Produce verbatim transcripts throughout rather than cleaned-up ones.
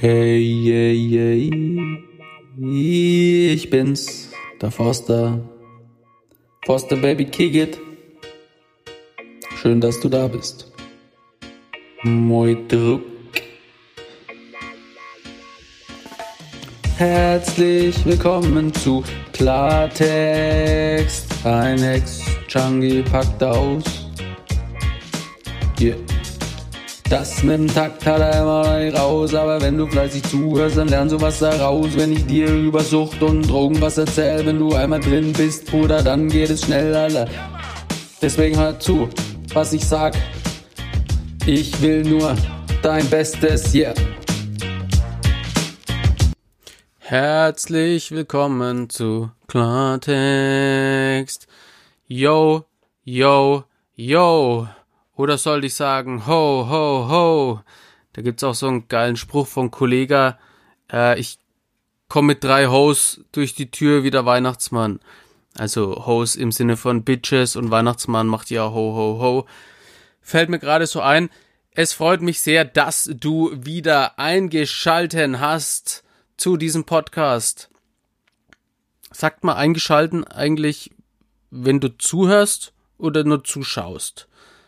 Hey, hey, hey, ich bin's, der Forster. Forster Baby, kick it. Schön, dass du da bist. Moi Druck. Herzlich willkommen zu Klartext. Ein Ex-Changi packt aus. Yeah. Das mit dem Takt hat er immer noch nicht raus, aber wenn du fleißig zuhörst, dann lernst du was daraus. Wenn ich dir über Sucht und Drogen was erzähl, wenn du einmal drin bist, Bruder, dann geht es schnell, Alter. Deswegen hör zu, was ich sag. Ich will nur dein Bestes, yeah. Herzlich willkommen zu Klartext. Yo, yo, yo. Oder sollte ich sagen, ho, ho, ho. Da gibt's auch so einen geilen Spruch von Kollega. Äh, ich komme mit drei Hoes durch die Tür wie der Weihnachtsmann. Also Hoes im Sinne von Bitches und Weihnachtsmann macht ja ho, ho, ho. Fällt mir gerade so ein. Es freut mich sehr, dass du wieder eingeschalten hast zu diesem Podcast. Sagt mal eingeschalten eigentlich, wenn du zuhörst oder nur zuschaust?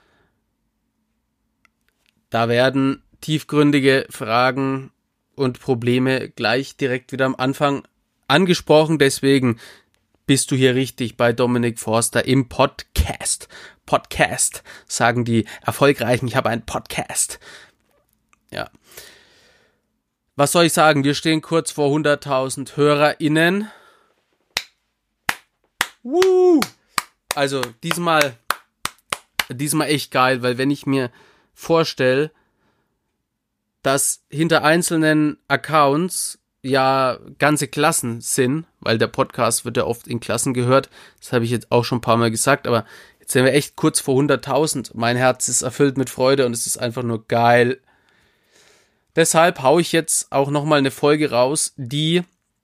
Da werden tiefgründige Fragen und Probleme gleich direkt wieder am Anfang angesprochen. Deswegen bist du hier richtig bei Dominik Forster im Podcast. Podcast, sagen die Erfolgreichen. Ich habe einen Podcast. Ja. Was soll ich sagen? Wir stehen kurz vor hunderttausend HörerInnen. Woo! Also diesmal, diesmal echt geil, weil wenn ich mir vorstelle, dass hinter einzelnen Accounts ja ganze Klassen sind, weil der Podcast wird ja oft in Klassen gehört, das habe ich jetzt auch schon ein paar Mal gesagt, aber jetzt sind wir echt kurz vor hunderttausend. Mein Herz ist erfüllt mit Freude und es ist einfach nur geil. Deshalb haue ich jetzt auch nochmal eine Folge raus, die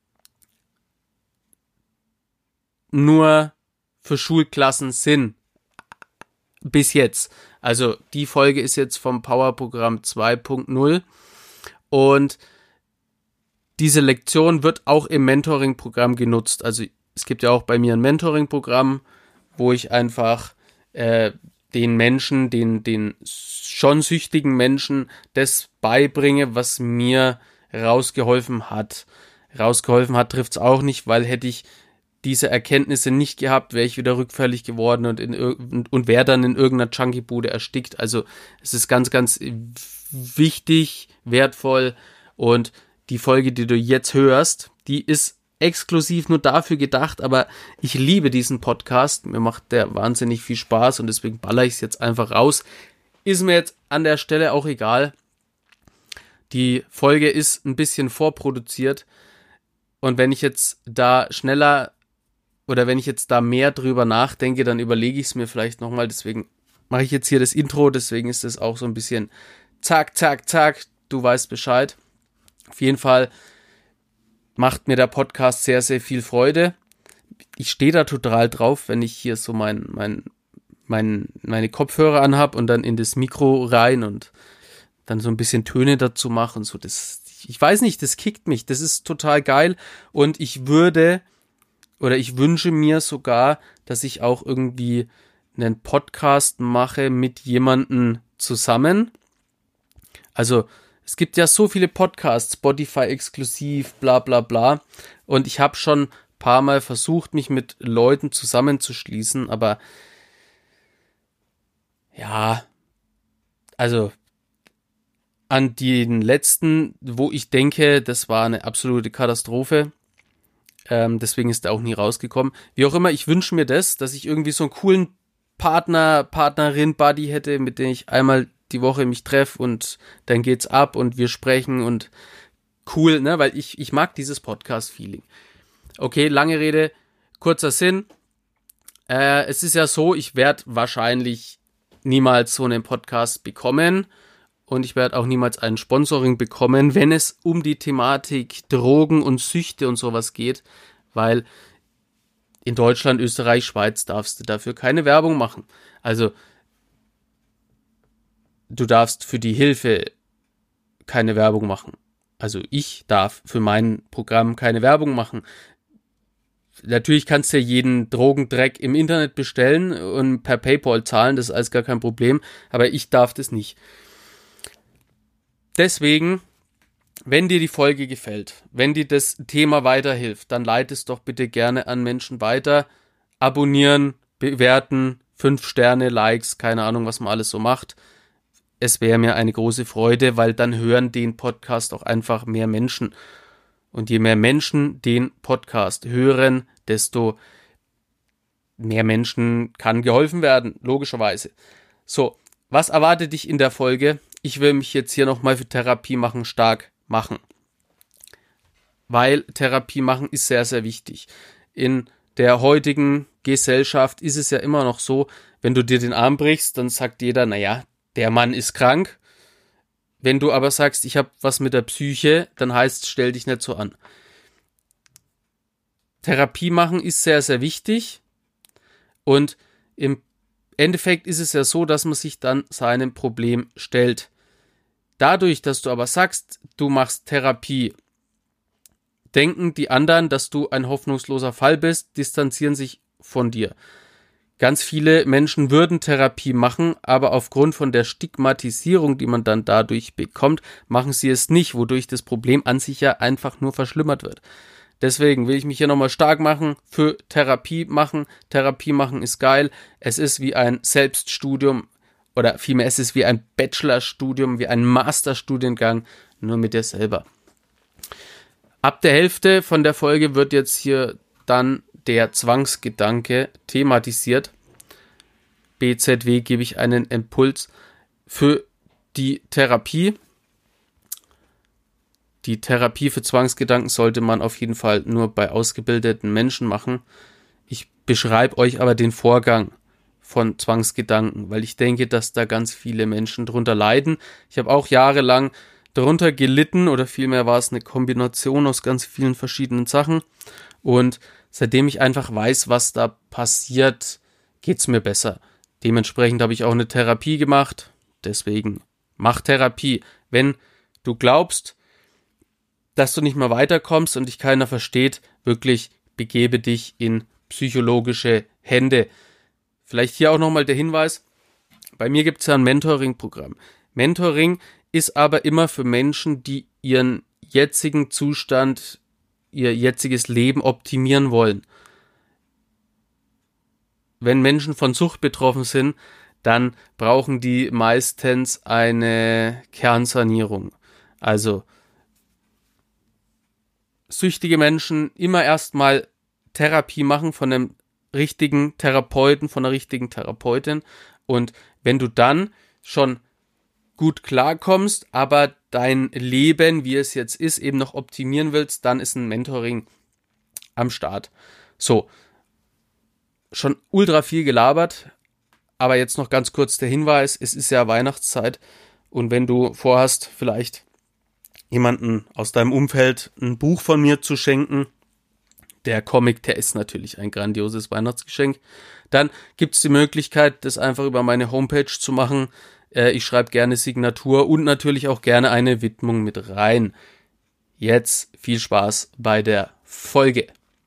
nur für Schulklassen sind. Bis jetzt. Also die Folge ist jetzt vom Powerprogramm zwei Punkt null und diese Lektion wird auch im Mentoring-Programm genutzt. Also es gibt ja auch bei mir ein Mentoring-Programm, wo ich einfach äh, den Menschen, den, den schon süchtigen Menschen das beibringe, was mir rausgeholfen hat. Rausgeholfen hat trifft's auch nicht, weil hätte ich diese Erkenntnisse nicht gehabt, wäre ich wieder rückfällig geworden und, in, und, und wäre dann in irgendeiner Junkie-Bude erstickt. Also es ist ganz, ganz wichtig, wertvoll und die Folge, die du jetzt hörst, die ist exklusiv nur dafür gedacht, aber ich liebe diesen Podcast, mir macht der wahnsinnig viel Spaß und deswegen baller ich es jetzt einfach raus. Ist mir jetzt an der Stelle auch egal. Die Folge ist ein bisschen vorproduziert und wenn ich jetzt da schneller oder wenn ich jetzt da mehr drüber nachdenke, dann überlege ich es mir vielleicht nochmal. Deswegen mache ich jetzt hier das Intro. Deswegen ist es auch so ein bisschen zack, zack, zack. Du weißt Bescheid. Auf jeden Fall macht mir der Podcast sehr, sehr viel Freude. Ich stehe da total drauf, wenn ich hier so mein, mein, mein, meine Kopfhörer anhab und dann in das Mikro rein und dann so ein bisschen Töne dazu mache und so. Das, ich weiß nicht, das kickt mich. Das ist total geil. Und ich würde... Oder ich wünsche mir sogar, dass ich auch irgendwie einen Podcast mache mit jemandem zusammen. Also es gibt ja so viele Podcasts, Spotify exklusiv, bla bla bla. Und ich habe schon ein paar Mal versucht, mich mit Leuten zusammenzuschließen. Aber ja, also an den letzten, wo ich denke, das war eine absolute Katastrophe. Ähm, deswegen ist er auch nie rausgekommen. Wie auch immer, ich wünsche mir das, dass ich irgendwie so einen coolen Partner, Partnerin, Buddy hätte, mit dem ich einmal die Woche mich treffe und dann geht's ab und wir sprechen und cool, ne, weil ich, ich mag dieses Podcast-Feeling. Okay, lange Rede, kurzer Sinn. Äh, es ist ja so, ich werde wahrscheinlich niemals so einen Podcast bekommen. Und ich werde auch niemals ein Sponsoring bekommen, wenn es um die Thematik Drogen und Süchte und sowas geht, weil in Deutschland, Österreich, Schweiz darfst du dafür keine Werbung machen. Also du darfst für die Hilfe keine Werbung machen. Also ich darf für mein Programm keine Werbung machen. Natürlich kannst du ja jeden Drogendreck im Internet bestellen und per PayPal zahlen, das ist alles gar kein Problem, aber ich darf das nicht. Deswegen, wenn dir die Folge gefällt, wenn dir das Thema weiterhilft, dann leite es doch bitte gerne an Menschen weiter. Abonnieren, bewerten, fünf Sterne, Likes, keine Ahnung, was man alles so macht. Es wäre mir eine große Freude, weil dann hören den Podcast auch einfach mehr Menschen. Und je mehr Menschen den Podcast hören, desto mehr Menschen kann geholfen werden, logischerweise. So, was erwartet dich in der Folge? Ich will mich jetzt hier nochmal für Therapie machen stark machen. Weil Therapie machen ist sehr, sehr wichtig. In der heutigen Gesellschaft ist es ja immer noch so, wenn du dir den Arm brichst, dann sagt jeder, naja, der Mann ist krank. Wenn du aber sagst, ich habe was mit der Psyche, dann heißt, stell dich nicht so an. Therapie machen ist sehr, sehr wichtig. Und im Endeffekt ist es ja so, dass man sich dann seinem Problem stellt. Dadurch, dass du aber sagst, du machst Therapie, denken die anderen, dass du ein hoffnungsloser Fall bist, distanzieren sich von dir. Ganz viele Menschen würden Therapie machen, aber aufgrund von der Stigmatisierung, die man dann dadurch bekommt, machen sie es nicht, wodurch das Problem an sich ja einfach nur verschlimmert wird. Deswegen will ich mich hier nochmal stark machen für Therapie machen. Therapie machen ist geil. Es ist wie ein Selbststudium oder vielmehr es ist wie ein Bachelorstudium, wie ein Masterstudiengang, nur mit dir selber. Ab der Hälfte von der Folge wird jetzt hier dann der Zwangsgedanke thematisiert. B Z W gebe ich einen Impuls für die Therapie. Die Therapie für Zwangsgedanken sollte man auf jeden Fall nur bei ausgebildeten Menschen machen. Ich beschreibe euch aber den Vorgang von Zwangsgedanken, weil ich denke, dass da ganz viele Menschen drunter leiden. Ich habe auch jahrelang darunter gelitten oder vielmehr war es eine Kombination aus ganz vielen verschiedenen Sachen und seitdem ich einfach weiß, was da passiert, geht's mir besser. Dementsprechend habe ich auch eine Therapie gemacht. Deswegen mach Therapie. Wenn du glaubst, dass du nicht mehr weiterkommst und dich keiner versteht, wirklich begebe dich in psychologische Hände. Vielleicht hier auch nochmal der Hinweis, bei mir gibt es ja ein Mentoring-Programm. Mentoring ist aber immer für Menschen, die ihren jetzigen Zustand, ihr jetziges Leben optimieren wollen. Wenn Menschen von Sucht betroffen sind, dann brauchen die meistens eine Kernsanierung. Also süchtige Menschen immer erstmal Therapie machen von einem richtigen Therapeuten, von einer richtigen Therapeutin. Und wenn du dann schon gut klarkommst, aber dein Leben, wie es jetzt ist, eben noch optimieren willst, dann ist ein Mentoring am Start. So, schon ultra viel gelabert, aber jetzt noch ganz kurz der Hinweis, es ist ja Weihnachtszeit und wenn du vorhast, vielleicht jemanden aus deinem Umfeld ein Buch von mir zu schenken, der Comic, der ist natürlich ein grandioses Weihnachtsgeschenk, dann gibt es die Möglichkeit, das einfach über meine Homepage zu machen. Äh, ich schreibe gerne Signatur und natürlich auch gerne eine Widmung mit rein. Jetzt viel Spaß bei der Folge.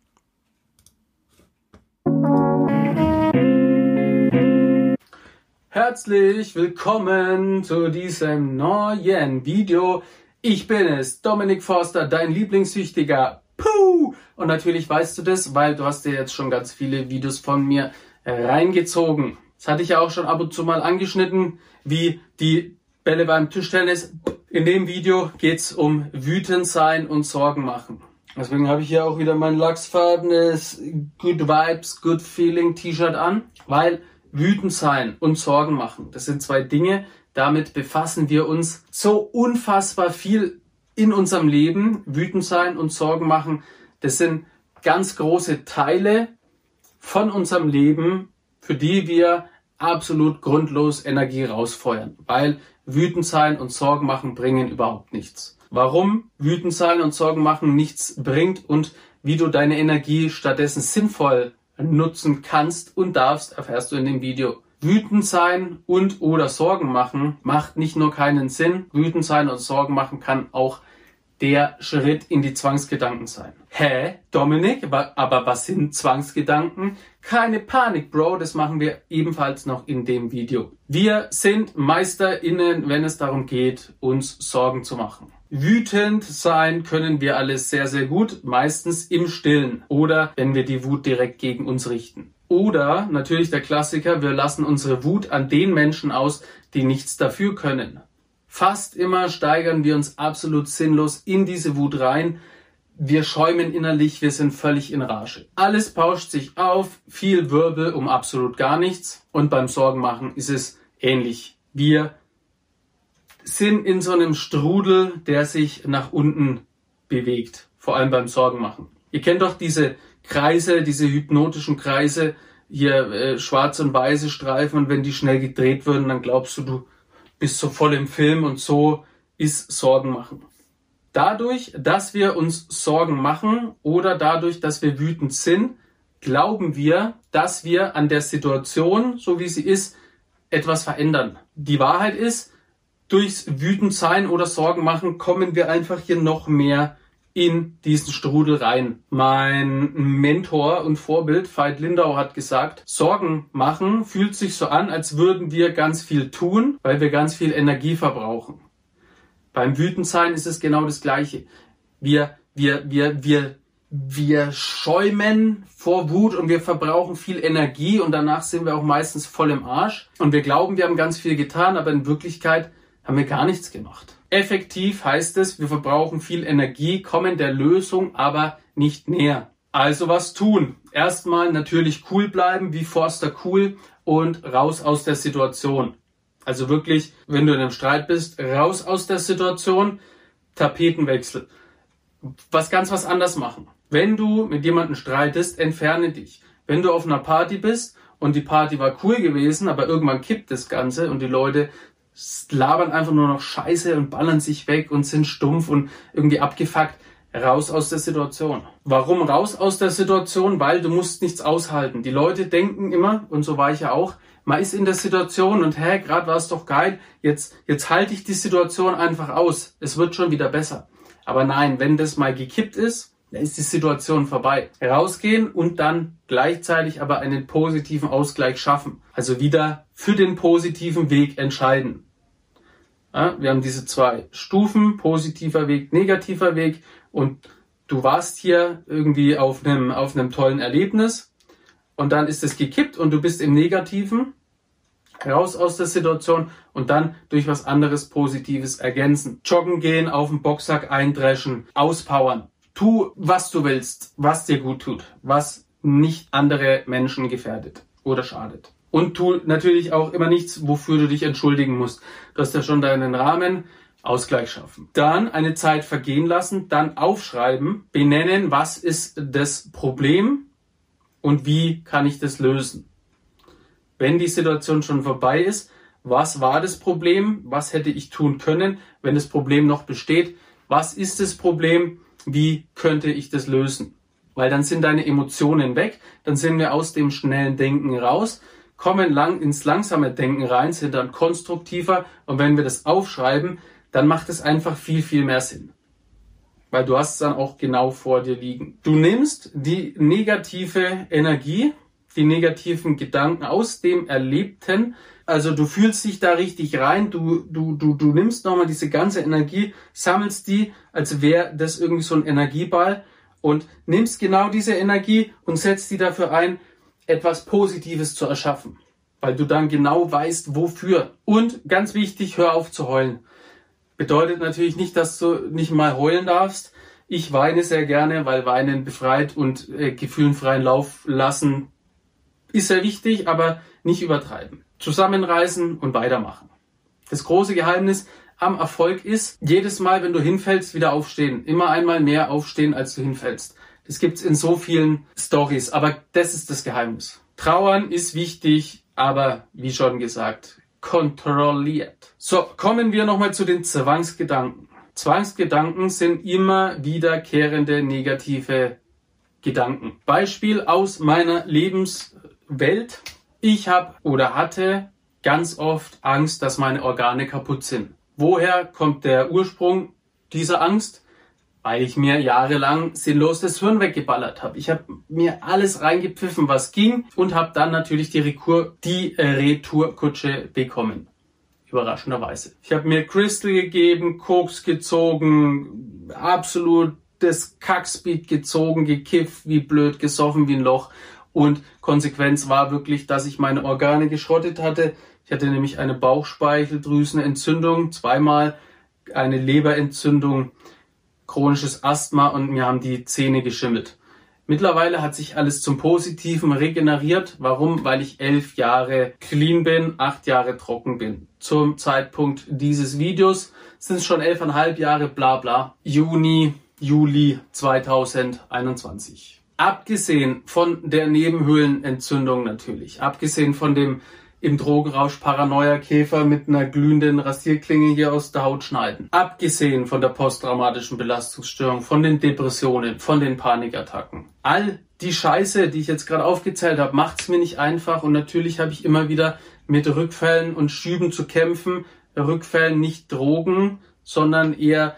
Herzlich willkommen zu diesem neuen Video. Ich bin es, Dominik Forster, dein Lieblingssüchtiger. Puh! Und natürlich weißt du das, weil du hast dir jetzt schon ganz viele Videos von mir reingezogen. Das hatte ich ja auch schon ab und zu mal angeschnitten, wie die Bälle beim Tischtennis. In dem Video geht es um wütend sein und Sorgen machen. Deswegen habe ich hier auch wieder mein lachsfarbenes Good Vibes, Good Feeling T-Shirt an, weil wütend sein und Sorgen machen, das sind zwei Dinge, damit befassen wir uns so unfassbar viel in unserem Leben. Wütend sein und Sorgen machen, das sind ganz große Teile von unserem Leben, für die wir absolut grundlos Energie rausfeuern, weil wütend sein und Sorgen machen bringen überhaupt nichts. Warum wütend sein und Sorgen machen nichts bringt und wie du deine Energie stattdessen sinnvoll nutzen kannst und darfst, erfährst du in dem Video. Wütend sein und oder Sorgen machen macht nicht nur keinen Sinn. Wütend sein und Sorgen machen kann auch der Schritt in die Zwangsgedanken sein. Hä, Dominik, aber was sind Zwangsgedanken? Keine Panik, Bro, das machen wir ebenfalls noch in dem Video. Wir sind MeisterInnen, wenn es darum geht, uns Sorgen zu machen. Wütend sein können wir alles sehr, sehr gut, meistens im Stillen oder wenn wir die Wut direkt gegen uns richten. Oder natürlich der Klassiker, wir lassen unsere Wut an den Menschen aus, die nichts dafür können. Fast immer steigern wir uns absolut sinnlos in diese Wut rein. Wir schäumen innerlich, wir sind völlig in Rage. Alles bauscht sich auf, viel Wirbel um absolut gar nichts. Und beim Sorgenmachen ist es ähnlich. Wir sind in so einem Strudel, der sich nach unten bewegt. Vor allem beim Sorgenmachen. Ihr kennt doch diese Kreise, diese hypnotischen Kreise, hier äh, schwarz und weiße Streifen. Und wenn die schnell gedreht würden, dann glaubst du, du bist so voll im Film. Und so ist Sorgenmachen. Dadurch, dass wir uns Sorgen machen oder dadurch, dass wir wütend sind, glauben wir, dass wir an der Situation, so wie sie ist, etwas verändern. Die Wahrheit ist, durchs Wütendsein oder Sorgen machen kommen wir einfach hier noch mehr in diesen Strudel rein. Mein Mentor und Vorbild Veit Lindau hat gesagt, Sorgen machen fühlt sich so an, als würden wir ganz viel tun, weil wir ganz viel Energie verbrauchen. Beim Wütendsein ist es genau das Gleiche. Wir, wir, wir, wir, wir schäumen vor Wut und wir verbrauchen viel Energie und danach sind wir auch meistens voll im Arsch. Und wir glauben, wir haben ganz viel getan, aber in Wirklichkeit haben wir gar nichts gemacht. Effektiv heißt es, wir verbrauchen viel Energie, kommen der Lösung aber nicht näher. Also was tun? Erstmal natürlich cool bleiben, wie Forster cool und raus aus der Situation. Also wirklich, wenn du in einem Streit bist, raus aus der Situation, Tapetenwechsel. Was ganz was anders machen. Wenn du mit jemandem streitest, entferne dich. Wenn du auf einer Party bist und die Party war cool gewesen, aber irgendwann kippt das Ganze und die Leute labern einfach nur noch Scheiße und ballern sich weg und sind stumpf und irgendwie abgefuckt, raus aus der Situation. Warum raus aus der Situation? Weil du musst nichts aushalten. Die Leute denken immer, und so war ich ja auch, man ist in der Situation und hä, gerade war es doch geil, jetzt, jetzt halte ich die Situation einfach aus. Es wird schon wieder besser. Aber nein, wenn das mal gekippt ist, dann ist die Situation vorbei. Rausgehen und dann gleichzeitig aber einen positiven Ausgleich schaffen. Also wieder für den positiven Weg entscheiden. Ja, wir haben diese zwei Stufen, positiver Weg, negativer Weg. Und du warst hier irgendwie auf einem, auf einem tollen Erlebnis. Und dann ist es gekippt und du bist im Negativen, raus aus der Situation und dann durch was anderes Positives ergänzen. Joggen gehen, auf den Boxsack eindreschen, auspowern. Tu, was du willst, was dir gut tut, was nicht andere Menschen gefährdet oder schadet. Und tu natürlich auch immer nichts, wofür du dich entschuldigen musst. Du hast ja schon deinen Rahmen, Ausgleich schaffen. Dann eine Zeit vergehen lassen, dann aufschreiben, benennen, was ist das Problem und wie kann ich das lösen. Wenn die Situation schon vorbei ist, was war das Problem, was hätte ich tun können, wenn das Problem noch besteht, was ist das Problem, wie könnte ich das lösen? Weil dann sind deine Emotionen weg, dann sind wir aus dem schnellen Denken raus, kommen lang ins langsame Denken rein, sind dann konstruktiver und wenn wir das aufschreiben, dann macht es einfach viel, viel mehr Sinn. Weil du hast es dann auch genau vor dir liegen. Du nimmst die negative Energie, die negativen Gedanken aus dem Erlebten, also du fühlst dich da richtig rein, du, du, du, du nimmst nochmal diese ganze Energie, sammelst die, als wäre das irgendwie so ein Energieball und nimmst genau diese Energie und setzt die dafür ein, etwas Positives zu erschaffen. Weil du dann genau weißt, wofür. Und ganz wichtig, hör auf zu heulen. Bedeutet natürlich nicht, dass du nicht mal heulen darfst. Ich weine sehr gerne, weil Weinen befreit und äh, gefühlenfreien Lauf lassen ist sehr wichtig, aber nicht übertreiben. Zusammenreißen und weitermachen. Das große Geheimnis am Erfolg ist, jedes Mal, wenn du hinfällst, wieder aufstehen. Immer einmal mehr aufstehen, als du hinfällst. Das gibt's in so vielen Stories, aber das ist das Geheimnis. Trauern ist wichtig, aber wie schon gesagt, kontrolliert. So, kommen wir nochmal zu den Zwangsgedanken. Zwangsgedanken sind immer wiederkehrende negative Gedanken. Beispiel aus meiner Lebenswelt. Ich habe oder hatte ganz oft Angst, dass meine Organe kaputt sind. Woher kommt der Ursprung dieser Angst? Weil ich mir jahrelang sinnlos das Hirn weggeballert habe. Ich habe mir alles reingepfiffen, was ging und habe dann natürlich die, Rekur, die äh, Retourkutsche bekommen. Überraschenderweise. Ich habe mir Crystal gegeben, Koks gezogen, absolut das Kackspeed gezogen, gekifft, wie blöd, gesoffen wie ein Loch. Und Konsequenz war wirklich, dass ich meine Organe geschrottet hatte. Ich hatte nämlich eine Bauchspeicheldrüsenentzündung, zweimal eine Leberentzündung, chronisches Asthma und mir haben die Zähne geschimmelt. Mittlerweile hat sich alles zum Positiven regeneriert. Warum? Weil ich elf Jahre clean bin, acht Jahre trocken bin. Zum Zeitpunkt dieses Videos sind es schon elfeinhalb Jahre, bla bla. Juni, Juli zweitausendeinundzwanzig. Abgesehen von der Nebenhöhlenentzündung natürlich, abgesehen von dem im Drogenrausch Paranoia-Käfer mit einer glühenden Rasierklinge hier aus der Haut schneiden. Abgesehen von der posttraumatischen Belastungsstörung, von den Depressionen, von den Panikattacken. All die Scheiße, die ich jetzt gerade aufgezählt habe, macht es mir nicht einfach und natürlich habe ich immer wieder mit Rückfällen und Schüben zu kämpfen. Rückfällen nicht Drogen, sondern eher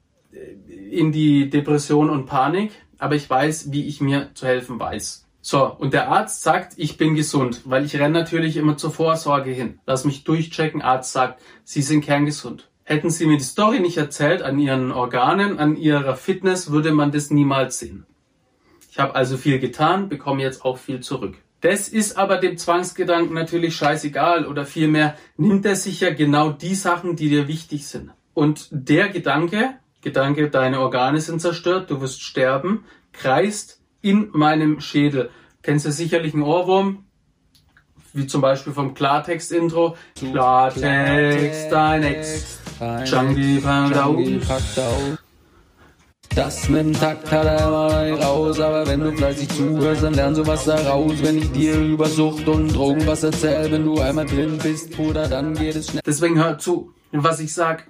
in die Depression und Panik. Aber ich weiß, wie ich mir zu helfen weiß. So, und der Arzt sagt, ich bin gesund, weil ich renne natürlich immer zur Vorsorge hin. Lass mich durchchecken, Arzt sagt, Sie sind kerngesund. Hätten Sie mir die Story nicht erzählt, an Ihren Organen, an Ihrer Fitness, würde man das niemals sehen. Ich habe also viel getan, bekomme jetzt auch viel zurück. Das ist aber dem Zwangsgedanken natürlich scheißegal oder vielmehr nimmt er sich ja genau die Sachen, die dir wichtig sind. Und der Gedanke, Gedanke, deine Organe sind zerstört, du wirst sterben, kreist in meinem Schädel. Kennst du sicherlich einen Ohrwurm, wie zum Beispiel vom Klartext-Intro. Klartext, dein Ex, Junkie packt aus. Das mit dem Takt hat er immer nicht raus, aber wenn du fleißig zuhörst, dann lernst du was daraus. Wenn ich dir über Sucht und Drogen was erzähl, wenn du einmal drin bist, Bruder, dann geht es schnell. Deswegen hör zu, was ich sag.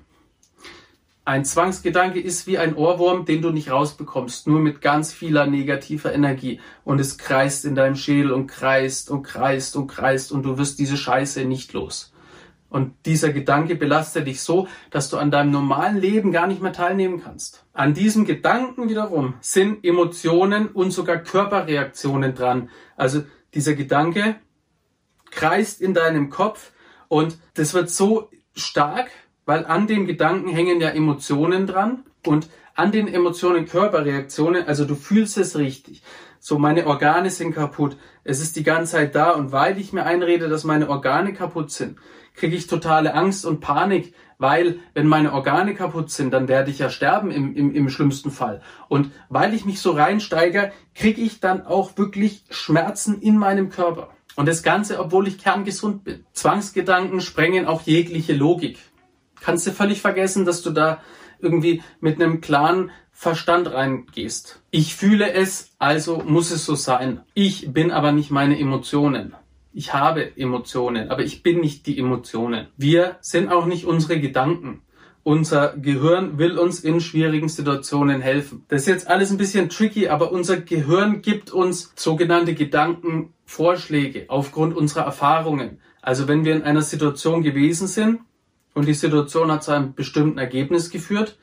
Ein Zwangsgedanke ist wie ein Ohrwurm, den du nicht rausbekommst, nur mit ganz vieler negativer Energie. Und es kreist in deinem Schädel und kreist und kreist und kreist und du wirst diese Scheiße nicht los. Und dieser Gedanke belastet dich so, dass du an deinem normalen Leben gar nicht mehr teilnehmen kannst. An diesem Gedanken wiederum sind Emotionen und sogar Körperreaktionen dran. Also dieser Gedanke kreist in deinem Kopf und das wird so stark, weil an dem Gedanken hängen ja Emotionen dran und an den Emotionen Körperreaktionen, also du fühlst es richtig. So, meine Organe sind kaputt, es ist die ganze Zeit da und weil ich mir einrede, dass meine Organe kaputt sind, kriege ich totale Angst und Panik, weil wenn meine Organe kaputt sind, dann werde ich ja sterben im, im, im schlimmsten Fall. Und weil ich mich so reinsteige, kriege ich dann auch wirklich Schmerzen in meinem Körper. Und das Ganze, obwohl ich kerngesund bin. Zwangsgedanken sprengen auch jegliche Logik. Kannst du völlig vergessen, dass du da irgendwie mit einem klaren Verstand reingehst. Ich fühle es, also muss es so sein. Ich bin aber nicht meine Emotionen. Ich habe Emotionen, aber ich bin nicht die Emotionen. Wir sind auch nicht unsere Gedanken. Unser Gehirn will uns in schwierigen Situationen helfen. Das ist jetzt alles ein bisschen tricky, aber unser Gehirn gibt uns sogenannte Gedankenvorschläge aufgrund unserer Erfahrungen. Also wenn wir in einer Situation gewesen sind, und die Situation hat zu einem bestimmten Ergebnis geführt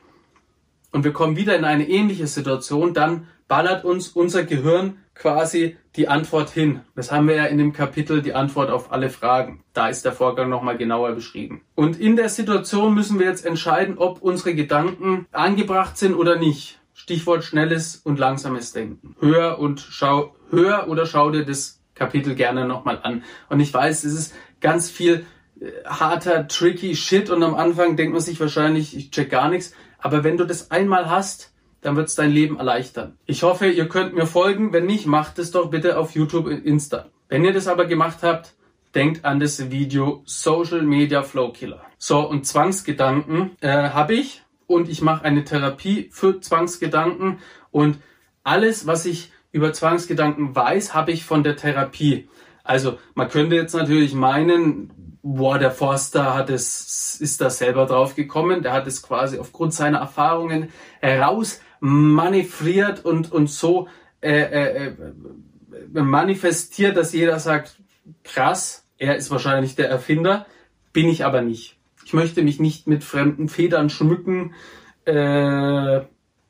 und wir kommen wieder in eine ähnliche Situation, dann ballert uns unser Gehirn quasi die Antwort hin. Das haben wir ja in dem Kapitel die Antwort auf alle Fragen. Da ist der Vorgang nochmal genauer beschrieben. Und in der Situation müssen wir jetzt entscheiden, ob unsere Gedanken angebracht sind oder nicht. Stichwort schnelles und langsames Denken. Hör und schau, hör oder schau dir das Kapitel gerne nochmal an. Und ich weiß, es ist ganz viel harter, tricky Shit und am Anfang denkt man sich wahrscheinlich, ich check gar nichts. Aber wenn du das einmal hast, dann wird es dein Leben erleichtern. Ich hoffe, ihr könnt mir folgen. Wenn nicht, macht es doch bitte auf YouTube und Insta. Wenn ihr das aber gemacht habt, denkt an das Video Social Media Flow Killer. So, und Zwangsgedanken äh, habe ich und ich mache eine Therapie für Zwangsgedanken und alles, was ich über Zwangsgedanken weiß, habe ich von der Therapie. Also man könnte jetzt natürlich meinen, boah, der Forster hat es, ist da selber drauf gekommen, der hat es quasi aufgrund seiner Erfahrungen heraus manövriert und, und so äh, äh, manifestiert, dass jeder sagt, krass, er ist wahrscheinlich der Erfinder, bin ich aber nicht. Ich möchte mich nicht mit fremden Federn schmücken, äh,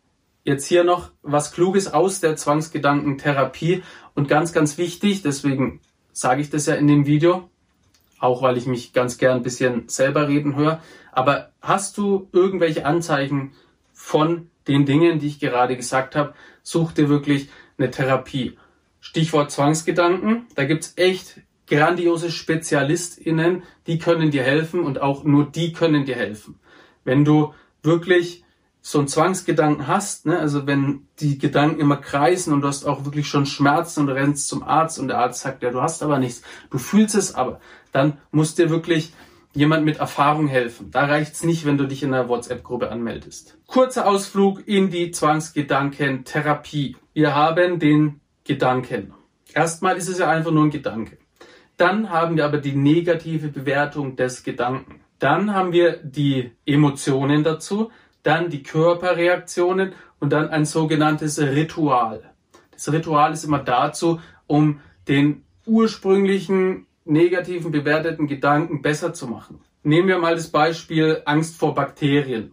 jetzt hier noch was Kluges aus der Zwangsgedankentherapie und ganz, ganz wichtig, deswegen sage ich das ja in dem Video, auch weil ich mich ganz gern ein bisschen selber reden höre, aber hast du irgendwelche Anzeichen von den Dingen, die ich gerade gesagt habe, such dir wirklich eine Therapie. Stichwort Zwangsgedanken, da gibt's echt grandiose SpezialistInnen, die können dir helfen und auch nur die können dir helfen. Wenn du wirklich so einen Zwangsgedanken hast, ne, also wenn die Gedanken immer kreisen und du hast auch wirklich schon Schmerzen und du rennst zum Arzt und der Arzt sagt, ja, du hast aber nichts, du fühlst es aber, dann muss dir wirklich jemand mit Erfahrung helfen. Da reicht's nicht, wenn du dich in einer WhatsApp-Gruppe anmeldest. Kurzer Ausflug in die Zwangsgedankentherapie. Wir haben den Gedanken. Erstmal ist es ja einfach nur ein Gedanke. Dann haben wir aber die negative Bewertung des Gedanken. Dann haben wir die Emotionen dazu, dann die Körperreaktionen und dann ein sogenanntes Ritual. Das Ritual ist immer dazu, um den ursprünglichen negativen bewerteten Gedanken besser zu machen. Nehmen wir mal das Beispiel Angst vor Bakterien.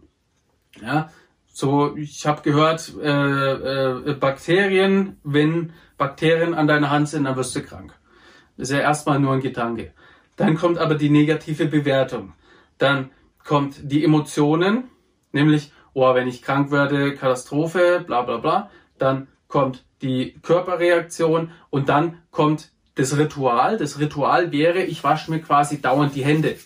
Ja, so ich habe gehört, äh, äh, Bakterien, wenn Bakterien an deiner Hand sind, dann wirst du krank. Das ist ja erstmal nur ein Gedanke. Dann kommt aber die negative Bewertung. Dann kommt die Emotionen, nämlich, oh, wenn ich krank werde, Katastrophe, bla bla bla. Dann kommt die Körperreaktion und dann kommt das Ritual. Das Ritual wäre, ich wasche mir quasi dauernd die Hände.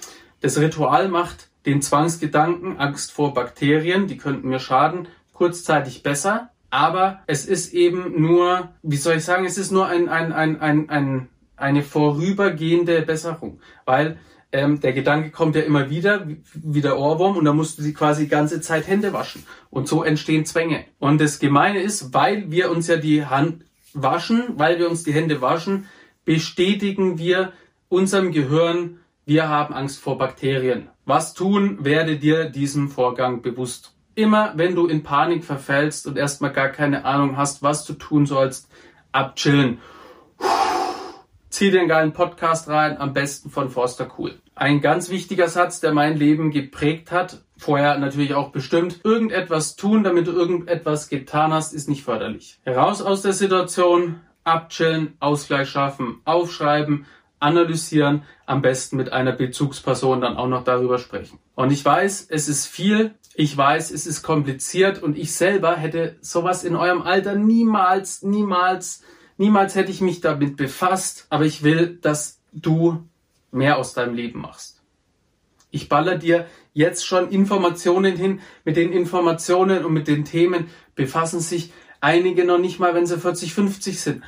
Das Ritual macht den Zwangsgedanken, Angst vor Bakterien, die könnten mir schaden, kurzzeitig besser. Aber es ist eben nur, wie soll ich sagen, es ist nur ein, ein, ein, ein, ein, eine vorübergehende Besserung. Weil ähm, der Gedanke kommt ja immer wieder, wie der Ohrwurm, und da musst du sie quasi die ganze Zeit Hände waschen. Und so entstehen Zwänge. Und das Gemeine ist, weil wir uns ja die Hand waschen, weil wir uns die Hände waschen, bestätigen wir unserem Gehirn, wir haben Angst vor Bakterien. Was tun, werde dir diesem Vorgang bewusst. Immer wenn du in Panik verfällst und erstmal gar keine Ahnung hast, was du tun sollst, abchillen. Zieh dir einen geilen Podcast rein, am besten von Forster Cool. Ein ganz wichtiger Satz, der mein Leben geprägt hat, vorher natürlich auch bestimmt, irgendetwas tun, damit du irgendetwas getan hast, ist nicht förderlich. Raus aus der Situation, abchillen, Ausgleich schaffen, aufschreiben, analysieren, am besten mit einer Bezugsperson dann auch noch darüber sprechen. Und ich weiß, es ist viel, ich weiß, es ist kompliziert und ich selber hätte sowas in eurem Alter niemals, niemals, niemals hätte ich mich damit befasst, aber ich will, dass du mehr aus deinem Leben machst. Ich baller dir jetzt schon Informationen hin. Mit den Informationen und mit den Themen befassen sich einige noch nicht mal, wenn sie vierzig, fünfzig sind.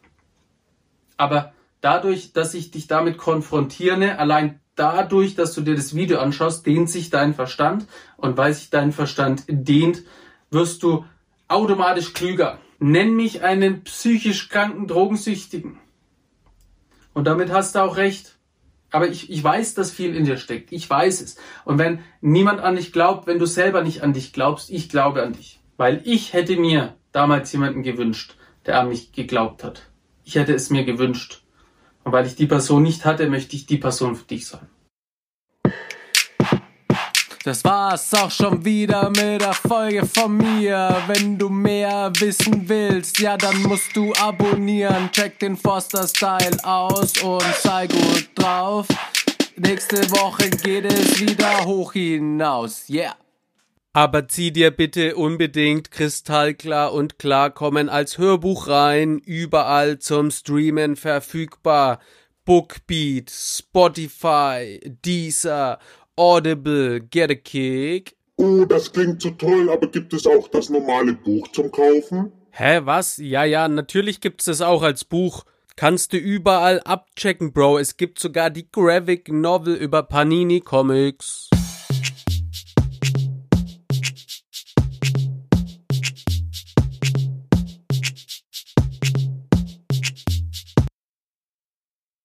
Aber dadurch, dass ich dich damit konfrontiere, allein dadurch, dass du dir das Video anschaust, dehnt sich dein Verstand. Und weil sich dein Verstand dehnt, wirst du automatisch klüger. Nenn mich einen psychisch kranken Drogensüchtigen. Und damit hast du auch recht. Aber ich, ich weiß, dass viel in dir steckt. Ich weiß es. Und wenn niemand an dich glaubt, wenn du selber nicht an dich glaubst, ich glaube an dich. Weil ich hätte mir damals jemanden gewünscht, der an mich geglaubt hat. Ich hätte es mir gewünscht. Und weil ich die Person nicht hatte, möchte ich die Person für dich sein. Das war's auch schon wieder mit der Folge von mir. Wenn du mehr wissen willst, ja dann musst du abonnieren. Check den Forster Style aus und sei gut drauf. Nächste Woche geht es wieder hoch hinaus, yeah. Aber zieh dir bitte unbedingt Kristallklar und Klarkommen als Hörbuch rein, überall zum Streamen verfügbar. Bookbeat, Spotify, Deezer, Audible, Get a Kick. Oh, das klingt so toll, aber gibt es auch das normale Buch zum Kaufen? Hä, was? Ja, ja, natürlich gibt's das auch als Buch. Kannst du überall abchecken, Bro. Es gibt sogar die Graphic Novel über Panini Comics.